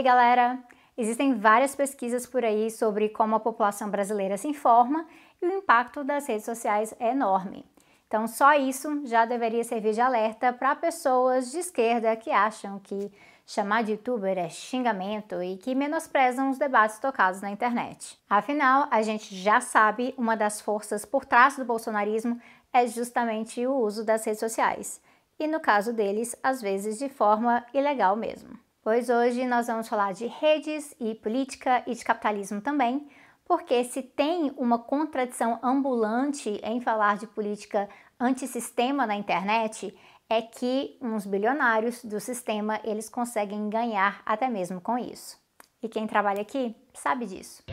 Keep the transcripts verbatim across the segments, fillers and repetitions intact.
aí, galera? Existem várias pesquisas por aí sobre como a população brasileira se informa e o impacto das redes sociais é enorme. Então, só isso já deveria servir de alerta para pessoas de esquerda que acham que chamar de youtuber é xingamento e que menosprezam os debates tocados na internet. Afinal, a gente já sabe, uma das forças por trás do bolsonarismo é justamente o uso das redes sociais. E no caso deles, às vezes de forma ilegal mesmo. Pois hoje nós vamos falar de redes e política e de capitalismo também, porque se tem uma contradição ambulante em falar de política antissistema na internet, é que uns bilionários do sistema, eles conseguem ganhar até mesmo com isso. E quem trabalha aqui sabe disso.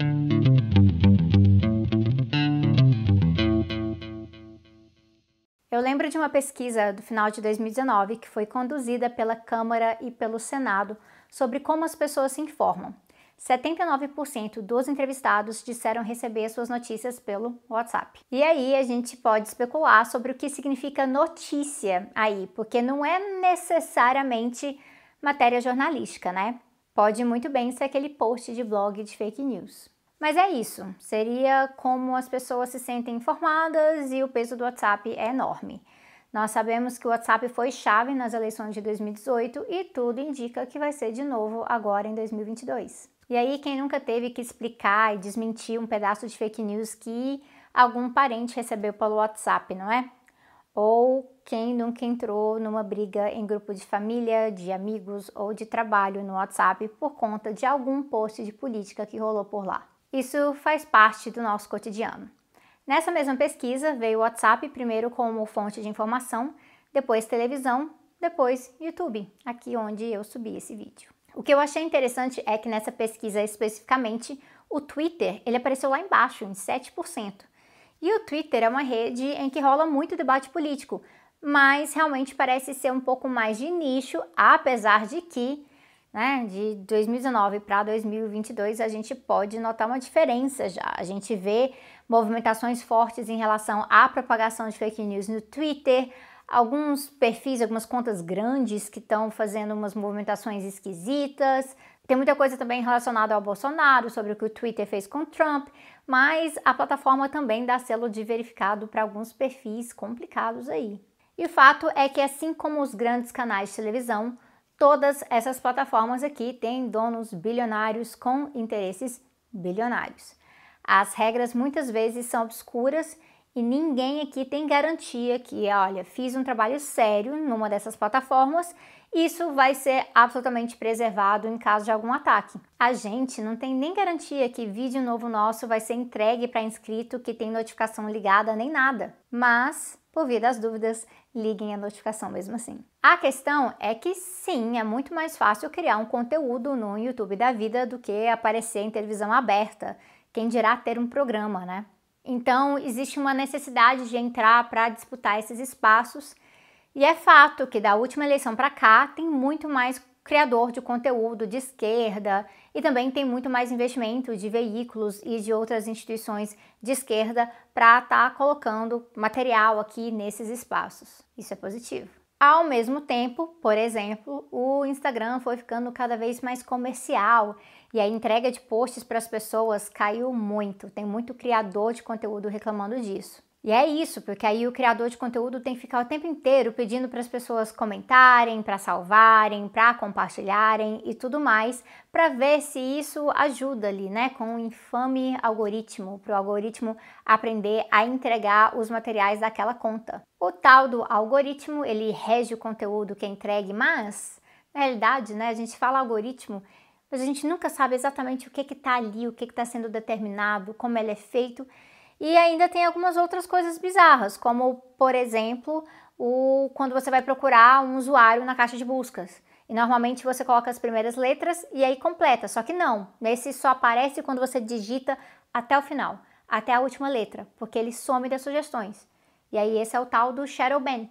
Eu lembro de uma pesquisa do final de dois mil e dezenove que foi conduzida pela Câmara e pelo Senado sobre como as pessoas se informam. setenta e nove por cento dos entrevistados disseram receber suas notícias pelo WhatsApp. E aí a gente pode especular sobre o que significa notícia aí, porque não é necessariamente matéria jornalística, né? Pode muito bem ser aquele post de blog de fake news. Mas é isso, seria como as pessoas se sentem informadas e o peso do WhatsApp é enorme. Nós sabemos que o WhatsApp foi chave nas eleições de dois mil e dezoito e tudo indica que vai ser de novo agora em dois mil e vinte e dois. E aí quem nunca teve que explicar e desmentir um pedaço de fake news que algum parente recebeu pelo WhatsApp, não é? Ou quem nunca entrou numa briga em grupo de família, de amigos ou de trabalho no WhatsApp por conta de algum post de política que rolou por lá. Isso faz parte do nosso cotidiano. Nessa mesma pesquisa, veio o WhatsApp primeiro como fonte de informação, depois televisão, depois YouTube, aqui onde eu subi esse vídeo. O que eu achei interessante é que nessa pesquisa especificamente, o Twitter ele apareceu lá embaixo, em sete por cento. E o Twitter é uma rede em que rola muito debate político, mas realmente parece ser um pouco mais de nicho, apesar de que né, de dois mil e dezenove para dois mil e vinte e dois a gente pode notar uma diferença já. A gente vê movimentações fortes em relação à propagação de fake news no Twitter, alguns perfis, algumas contas grandes que estão fazendo umas movimentações esquisitas. Tem muita coisa também relacionada ao Bolsonaro, sobre o que o Twitter fez com o Trump, mas a plataforma também dá selo de verificado para alguns perfis complicados aí. E o fato é que assim como os grandes canais de televisão, todas essas plataformas aqui têm donos bilionários com interesses bilionários. As regras muitas vezes são obscuras e ninguém aqui tem garantia que, olha, fiz um trabalho sério numa dessas plataformas, isso vai ser absolutamente preservado em caso de algum ataque. A gente não tem nem garantia que vídeo novo nosso vai ser entregue para inscrito que tem notificação ligada nem nada. Mas, por via das dúvidas, liguem a notificação mesmo assim. A questão é que sim, é muito mais fácil criar um conteúdo no YouTube da vida do que aparecer em televisão aberta, quem dirá ter um programa, né? Então, existe uma necessidade de entrar para disputar esses espaços e é fato que da última eleição para cá tem muito mais criador de conteúdo de esquerda e também tem muito mais investimento de veículos e de outras instituições de esquerda para estar tá colocando material aqui nesses espaços. Isso é positivo. Ao mesmo tempo, por exemplo, o Instagram foi ficando cada vez mais comercial e a entrega de posts para as pessoas caiu muito. Tem muito criador de conteúdo reclamando disso. E é isso, porque aí o criador de conteúdo tem que ficar o tempo inteiro pedindo para as pessoas comentarem, para salvarem, para compartilharem e tudo mais, para ver se isso ajuda ali, né, com o infame algoritmo, para o algoritmo aprender a entregar os materiais daquela conta. O tal do algoritmo, ele rege o conteúdo que é entregue, mas, na realidade, né, a gente fala algoritmo, mas a gente nunca sabe exatamente o que que está ali, o que que está sendo determinado, como ele é feito. E ainda tem algumas outras coisas bizarras, como, por exemplo, o, quando você vai procurar um usuário na caixa de buscas. E normalmente você coloca as primeiras letras e aí completa, só que não. Nesse só aparece quando você digita até o final, até a última letra, porque ele some das sugestões. E aí esse é o tal do shadow ban.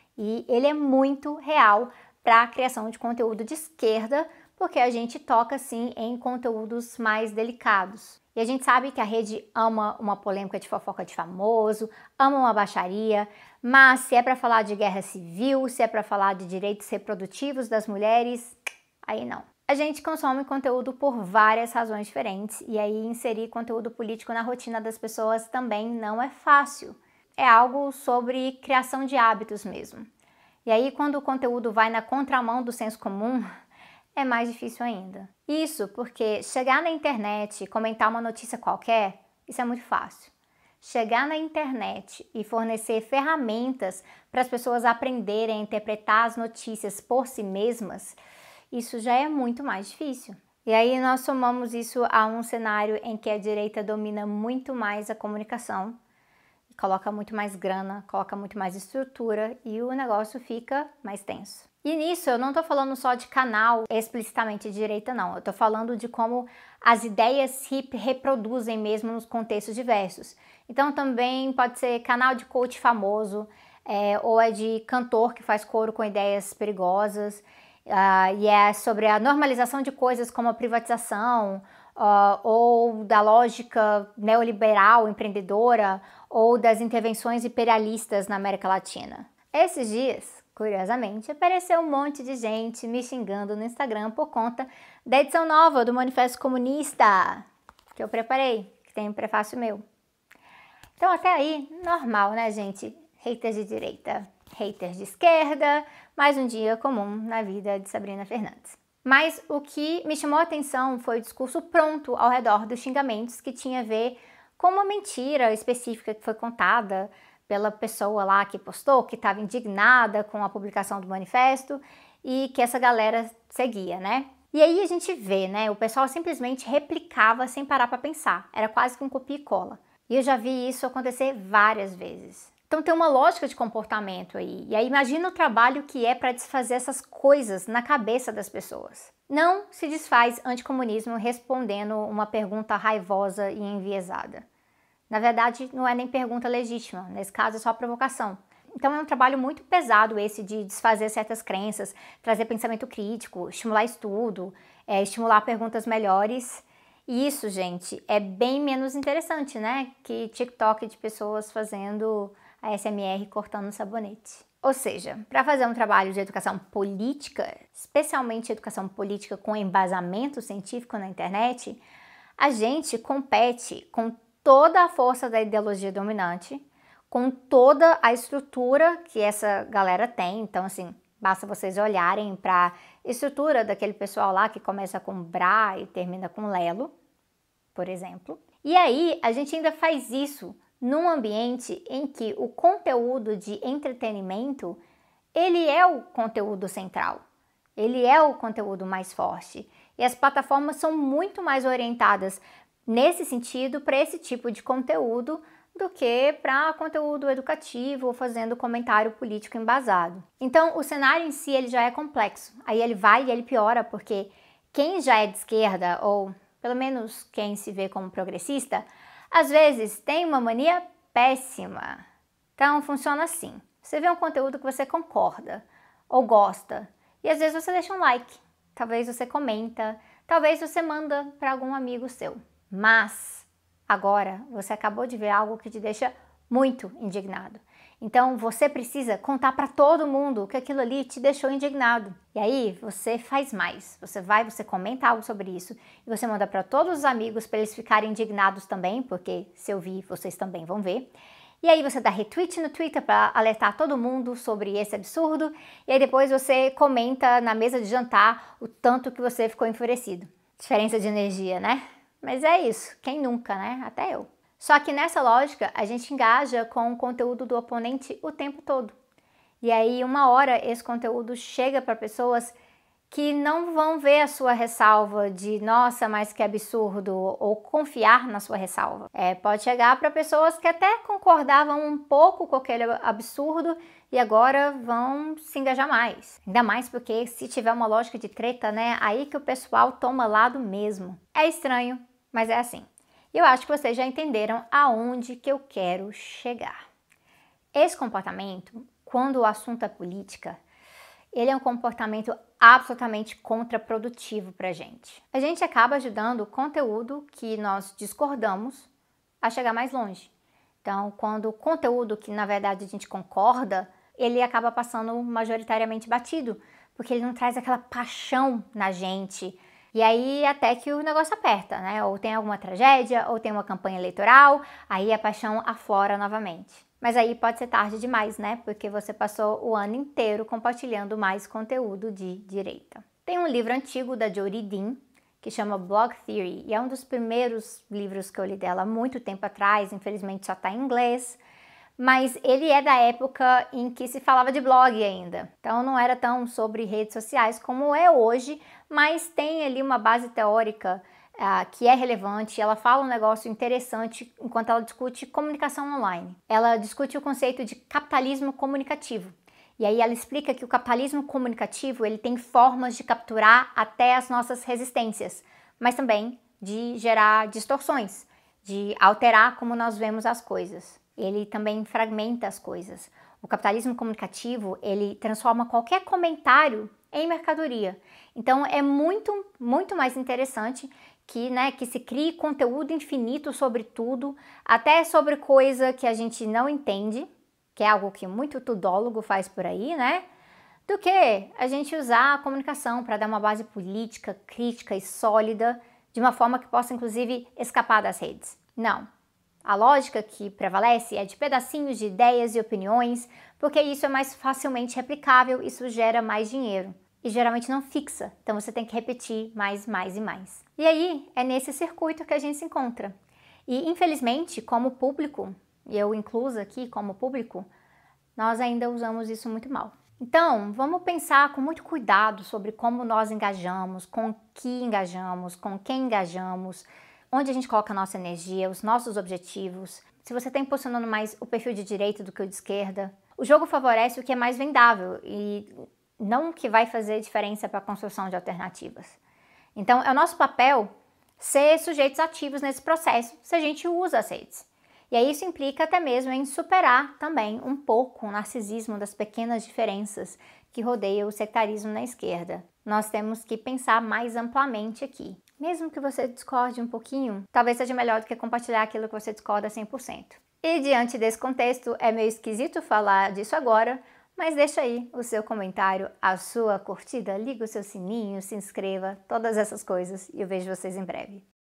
E ele é muito real para a criação de conteúdo de esquerda, porque a gente toca, sim, em conteúdos mais delicados. E a gente sabe que a rede ama uma polêmica de fofoca de famoso, ama uma baixaria, mas se é para falar de guerra civil, se é para falar de direitos reprodutivos das mulheres, aí não. A gente consome conteúdo por várias razões diferentes e aí inserir conteúdo político na rotina das pessoas também não é fácil. É algo sobre criação de hábitos mesmo. E aí quando o conteúdo vai na contramão do senso comum, é mais difícil ainda. Isso porque chegar na internet e comentar uma notícia qualquer, isso é muito fácil. Chegar na internet e fornecer ferramentas para as pessoas aprenderem a interpretar as notícias por si mesmas, isso já é muito mais difícil. E aí nós somamos isso a um cenário em que a direita domina muito mais a comunicação, coloca muito mais grana, coloca muito mais estrutura e o negócio fica mais tenso. E nisso eu não tô falando só de canal explicitamente de direita não, eu tô falando de como as ideias se reproduzem mesmo nos contextos diversos. Então também pode ser canal de coach famoso, é, ou é de cantor que faz coro com ideias perigosas, uh, e é sobre a normalização de coisas como a privatização, uh, ou da lógica neoliberal empreendedora, ou das intervenções imperialistas na América Latina. Esses dias, curiosamente, apareceu um monte de gente me xingando no Instagram por conta da edição nova do Manifesto Comunista, que eu preparei, que tem um prefácio meu. Então até aí, normal, né, gente? Haters de direita, haters de esquerda, mais um dia comum na vida de Sabrina Fernandes. Mas o que me chamou a atenção foi o discurso pronto ao redor dos xingamentos que tinha a ver com uma mentira específica que foi contada pela pessoa lá que postou, que estava indignada com a publicação do manifesto e que essa galera seguia, né? E aí a gente vê, né, o pessoal simplesmente replicava sem parar para pensar, era quase que um copia e cola. E eu já vi isso acontecer várias vezes. Então tem uma lógica de comportamento aí. E aí imagina o trabalho que é para desfazer essas coisas na cabeça das pessoas. Não se desfaz anticomunismo respondendo uma pergunta raivosa e enviesada. Na verdade, não é nem pergunta legítima, nesse caso é só provocação. Então é um trabalho muito pesado esse de desfazer certas crenças, trazer pensamento crítico, estimular estudo, é, estimular perguntas melhores. E isso, gente, é bem menos interessante, né, que TikTok de pessoas fazendo a S M R cortando sabonete. Ou seja, para fazer um trabalho de educação política, especialmente educação política com embasamento científico na internet, a gente compete com toda a força da ideologia dominante, com toda a estrutura que essa galera tem. Então, assim, basta vocês olharem para a estrutura daquele pessoal lá que começa com Bra e termina com Lelo, por exemplo. E aí, a gente ainda faz isso num ambiente em que o conteúdo de entretenimento, ele é o conteúdo central, ele é o conteúdo mais forte. E as plataformas são muito mais orientadas nesse sentido para esse tipo de conteúdo do que para conteúdo educativo ou fazendo comentário político embasado. Então o cenário em si ele já é complexo, aí ele vai e ele piora porque quem já é de esquerda ou pelo menos quem se vê como progressista, às vezes tem uma mania péssima. Então funciona assim, você vê um conteúdo que você concorda ou gosta e às vezes você deixa um like, talvez você comenta, talvez você manda para algum amigo seu. Mas agora você acabou de ver algo que te deixa muito indignado. Então você precisa contar para todo mundo que aquilo ali te deixou indignado. E aí você faz mais. Você vai, você comenta algo sobre isso e você manda para todos os amigos para eles ficarem indignados também, porque se eu vi, vocês também vão ver. E aí você dá retweet no Twitter para alertar todo mundo sobre esse absurdo. E aí depois você comenta na mesa de jantar o tanto que você ficou enfurecido. Diferença de energia, né? Mas é isso, quem nunca, né? Até eu. Só que nessa lógica, a gente engaja com o conteúdo do oponente o tempo todo. E aí, uma hora, esse conteúdo chega para pessoas que não vão ver a sua ressalva de nossa, mas que absurdo, ou confiar na sua ressalva. É, pode chegar para pessoas que até concordavam um pouco com aquele absurdo e agora vão se engajar mais. Ainda mais porque se tiver uma lógica de treta, né, aí que o pessoal toma lado mesmo. É estranho, mas é assim. E eu acho que vocês já entenderam aonde que eu quero chegar. Esse comportamento, quando o assunto é política, ele é um comportamento absolutamente contraprodutivo para a gente. A gente acaba ajudando o conteúdo que nós discordamos a chegar mais longe. Então, quando o conteúdo que na verdade a gente concorda, ele acaba passando majoritariamente batido, porque ele não traz aquela paixão na gente. E aí até que o negócio aperta, né? Ou tem alguma tragédia, ou tem uma campanha eleitoral, aí a paixão aflora novamente. Mas aí pode ser tarde demais, né? Porque você passou o ano inteiro compartilhando mais conteúdo de direita. Tem um livro antigo da Jodi Dean, que chama Blog Theory, e é um dos primeiros livros que eu li dela há muito tempo atrás, infelizmente só está em inglês, mas ele é da época em que se falava de blog ainda, então não era tão sobre redes sociais como é hoje, mas tem ali uma base teórica uh, que é relevante. Ela fala um negócio interessante enquanto ela discute comunicação online. Ela discute o conceito de capitalismo comunicativo. E aí ela explica que o capitalismo comunicativo ele tem formas de capturar até as nossas resistências, mas também de gerar distorções, de alterar como nós vemos as coisas. Ele também fragmenta as coisas. O capitalismo comunicativo ele transforma qualquer comentário em mercadoria. Então é muito, muito mais interessante que, né, que se crie conteúdo infinito sobre tudo, até sobre coisa que a gente não entende, que é algo que muito tudólogo faz por aí, né? Do que a gente usar a comunicação para dar uma base política, crítica e sólida, de uma forma que possa, inclusive, escapar das redes. Não. A lógica que prevalece é de pedacinhos de ideias e opiniões, porque isso é mais facilmente replicável, isso gera mais dinheiro. E geralmente não fixa, então você tem que repetir mais, mais e mais. E aí, é nesse circuito que a gente se encontra. E, infelizmente, como público, e eu inclusa aqui como público, nós ainda usamos isso muito mal. Então, vamos pensar com muito cuidado sobre como nós engajamos, com que engajamos, com quem engajamos, onde a gente coloca a nossa energia, os nossos objetivos. Se você está impulsionando mais o perfil de direita do que o de esquerda, o jogo favorece o que é mais vendável e não o que vai fazer diferença para a construção de alternativas. Então, é o nosso papel ser sujeitos ativos nesse processo, se a gente usa as redes. E aí isso implica até mesmo em superar também um pouco o narcisismo das pequenas diferenças que rodeiam o sectarismo na esquerda. Nós temos que pensar mais amplamente aqui. Mesmo que você discorde um pouquinho, talvez seja melhor do que compartilhar aquilo que você discorda cem por cento. E diante desse contexto, é meio esquisito falar disso agora, mas deixa aí o seu comentário, a sua curtida, liga o seu sininho, se inscreva, todas essas coisas, e eu vejo vocês em breve.